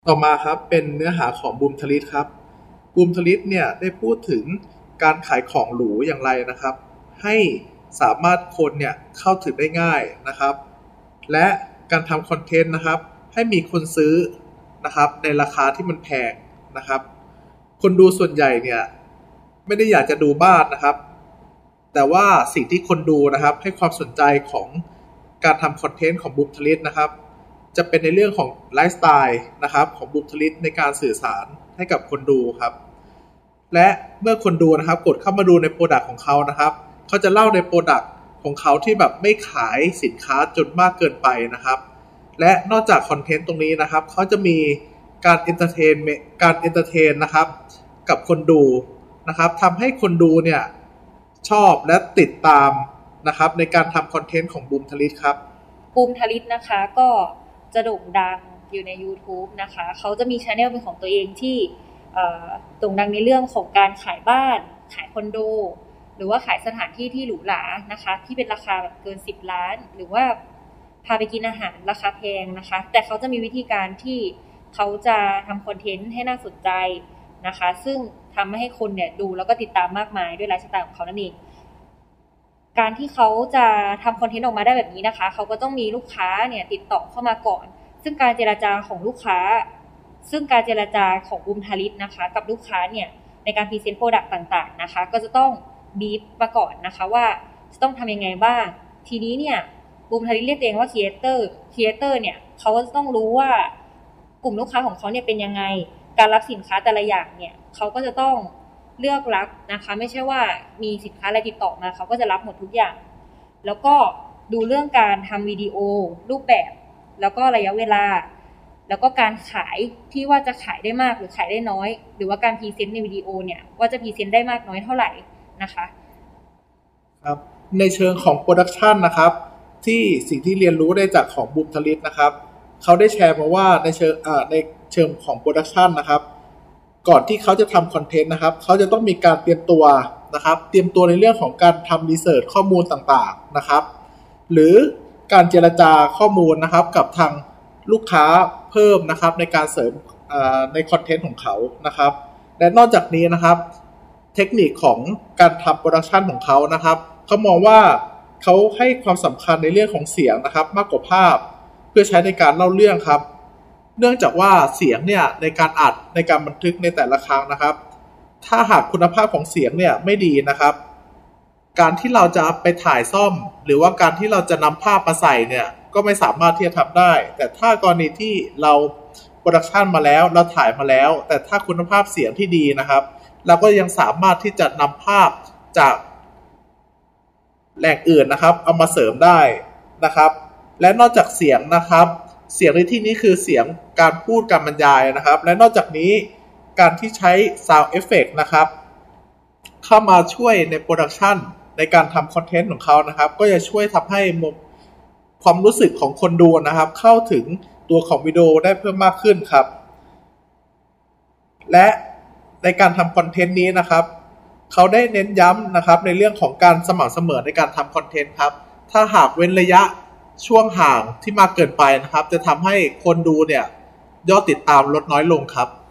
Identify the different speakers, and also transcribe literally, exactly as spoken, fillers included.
Speaker 1: ต่อมาครับเป็นเนื้อหาของบูมทลิตครับบูมทลิตเนี่ยได้พูดถึงการขายของหรูอย่างไรนะครับให้สามารถคนเนี่ยเข้าถึงได้ง่ายนะครับและการทำคอนเทนต์นะครับให้มีคนซื้อนะครับในราคาที่มันแพงนะครับคนดูส่วนใหญ่เนี่ยไม่ได้อยากจะดูบ้านนะครับแต่ว่าสิ่งที่คนดูนะครับให้ความสนใจของการทำคอนเทนต์ของบูมทลิตนะครับจะเป็นในเรื่องของไลฟ์สไตล์นะครับของบูมทลิตในการสื่อสารให้กับคนดูครับและเมื่อคนดูนะครับกดเข้ามาดูในโปรดักต์ของเขานะครับเขาจะเล่าในโปรดักต์ของเขาที่แบบไม่ขายสินค้าจนมากเกินไปนะครับและนอกจากคอนเทนต์ตรงนี้นะครับเขาจะมีการเอนเตอร์เทนการเอนเตอร์เทนนะครับกับคนดูนะครับทำให้คนดูเนี่ยชอบและติดตามนะครับในการทำคอนเทนต์ของบูมทลิตครับ
Speaker 2: บูมทลิตนะคะก็จะโด่งดังอยู่ใน YouTube นะคะเขาจะมี channel เป็นของตัวเองที่โด่งดังในเรื่องของการขายบ้านขายคอนโดหรือว่าขายสถานที่ที่หรูหรานะคะที่เป็นราคาแบบเกินสิบล้านหรือว่าพาไปกินอาหารราคาแพงนะคะแต่เขาจะมีวิธีการที่เขาจะทำคอนเทนต์ให้น่าสนใจนะคะซึ่งทำให้คนเนี่ยดูแล้วก็ติดตามมากมายด้วยไลฟ์สไตล์ของเขานั่นเองการที่เขาจะทำคอนเทนต์ออกมาได้แบบนี้นะคะเขาก็ต้องมีลูกค้าเนี่ยติดต่อเข้ามาก่อนซึ่งการเจรจาของลูกค้าซึ่งการเจรจาของบูมทลิตนะคะกับลูกค้าเนี่ยในการพรีเซนต์โปรดักต์ต่างๆนะคะก็จะต้องบีฟมาก่อนนะคะว่าจะต้องทำยังไงบ้างทีนี้เนี่ยบูมทลิตเรียกเองว่าครีเอเตอร์ครีเอเตอร์เนี่ยเขาก็จะต้องรู้ว่ากลุ่มลูกค้าของเขาเนี่ยเป็นยังไงการรับสินค้าแต่ละอย่างเนี่ยเขาก็จะต้องเลือกรับนะคะไม่ใช่ว่ามีสินค้าอะไรติดต่อมาเขาก็จะรับหมดทุกอย่างแล้วก็ดูเรื่องการทำวิดีโอรูปแบบแล้วก็ระยะเวลาแล้วก็การขายที่ว่าจะขายได้มากหรือขายได้น้อยหรือว่าการพรีเซนต์ในวิดีโอเนี่ยว่าจะพรีเซนต์ได้มากน้อยเท่าไหร่นะคะ
Speaker 1: ครับในเชิงของโปรดักชันนะครับที่สิ่งที่เรียนรู้ได้จากของบูมทลิตนะครับเขาได้แชร์มาว่าในเชิงอ่าในเชิงของโปรดักชันนะครับก่อนที่เขาจะทำคอนเทนต์นะครับเขาจะต้องมีการเตรียมตัวนะครับเตรียมตัวในเรื่องของการทำรีเสิร์ชข้อมูลต่างๆนะครับหรือการเจรจาข้อมูลนะครับกับทางลูกค้าเพิ่มนะครับในการเสริมในคอนเทนต์ของเขานะครับและนอกจากนี้นะครับเทคนิคของการทำโปรดักชันของเขานะครับเขามองว่าเขาให้ความสำคัญในเรื่องของเสียงนะครับมากกว่าภาพเพื่อใช้ในการเล่าเรื่องครับเนื่องจากว่าเสียงเนี่ยในการอัดในการบันทึกในแต่ละครั้งนะครับถ้าหากคุณภาพของเสียงเนี่ยไม่ดีนะครับการที่เราจะไปถ่ายซ่อมหรือว่าการที่เราจะนำภาพมาใส่เนี่ยก็ไม่สามารถที่จะทำได้แต่ถ้ากรณีที่เราโปรดักชันมาแล้วเราถ่ายมาแล้วแต่ถ้าคุณภาพเสียงที่ดีนะครับเราก็ยังสามารถที่จะนำภาพจากแหล่งอื่นนะครับเอามาเสริมได้นะครับและนอกจากเสียงนะครับเสียงในที่นี้คือเสียงการพูดการบรรยายนะครับและนอกจากนี้การที่ใช้ Sound Effect นะครับเข้ามาช่วยในโปรดักชันในการทำคอนเทนต์ของเขานะครับก็จะช่วยทำให้ความรู้สึกของคนดูนะครับเข้าถึงตัวของวิดีโอได้เพิ่มมากขึ้นครับและในการทำคอนเทนต์นี้นะครับเขาได้เน้นย้ำนะครับในเรื่องของการสม่ำเสมอในการทำคอนเทนต์ครับถ้าหากเว้นระยะช่วงห่างที่มากเกินไปนะครับจะทำให้คนดูเนี่ยยอดติดตามลดน้อยลงครับ